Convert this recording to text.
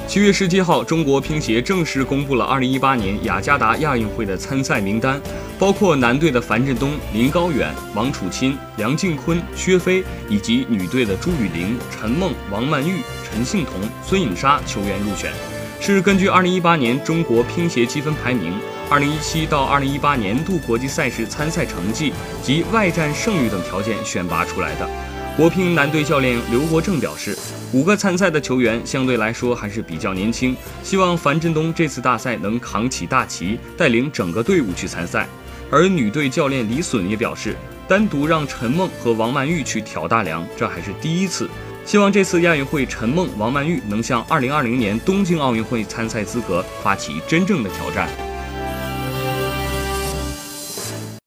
7月17号，中国乒协正式公布了2018年雅加达亚运会的参赛名单，包括男队的樊振东、林高远、王楚钦、梁靖昆、薛飞，以及女队的朱雨玲、陈梦、王曼玉、陈幸同、孙颖莎球员入选，是根据2018年中国乒协积分排名、2017到2018年度国际赛事参赛成绩及外战胜率等条件选拔出来的。国乒男队教练刘国正表示，5个参赛的球员相对来说还是比较年轻，希望樊振东这次大赛能扛起大旗，带领整个队伍去参赛。而女队教练李隼也表示，单独让陈梦和王曼玉去挑大梁，这还是第一次。希望这次亚运会，陈梦、王曼玉能向2020年东京奥运会参赛资格发起真正的挑战。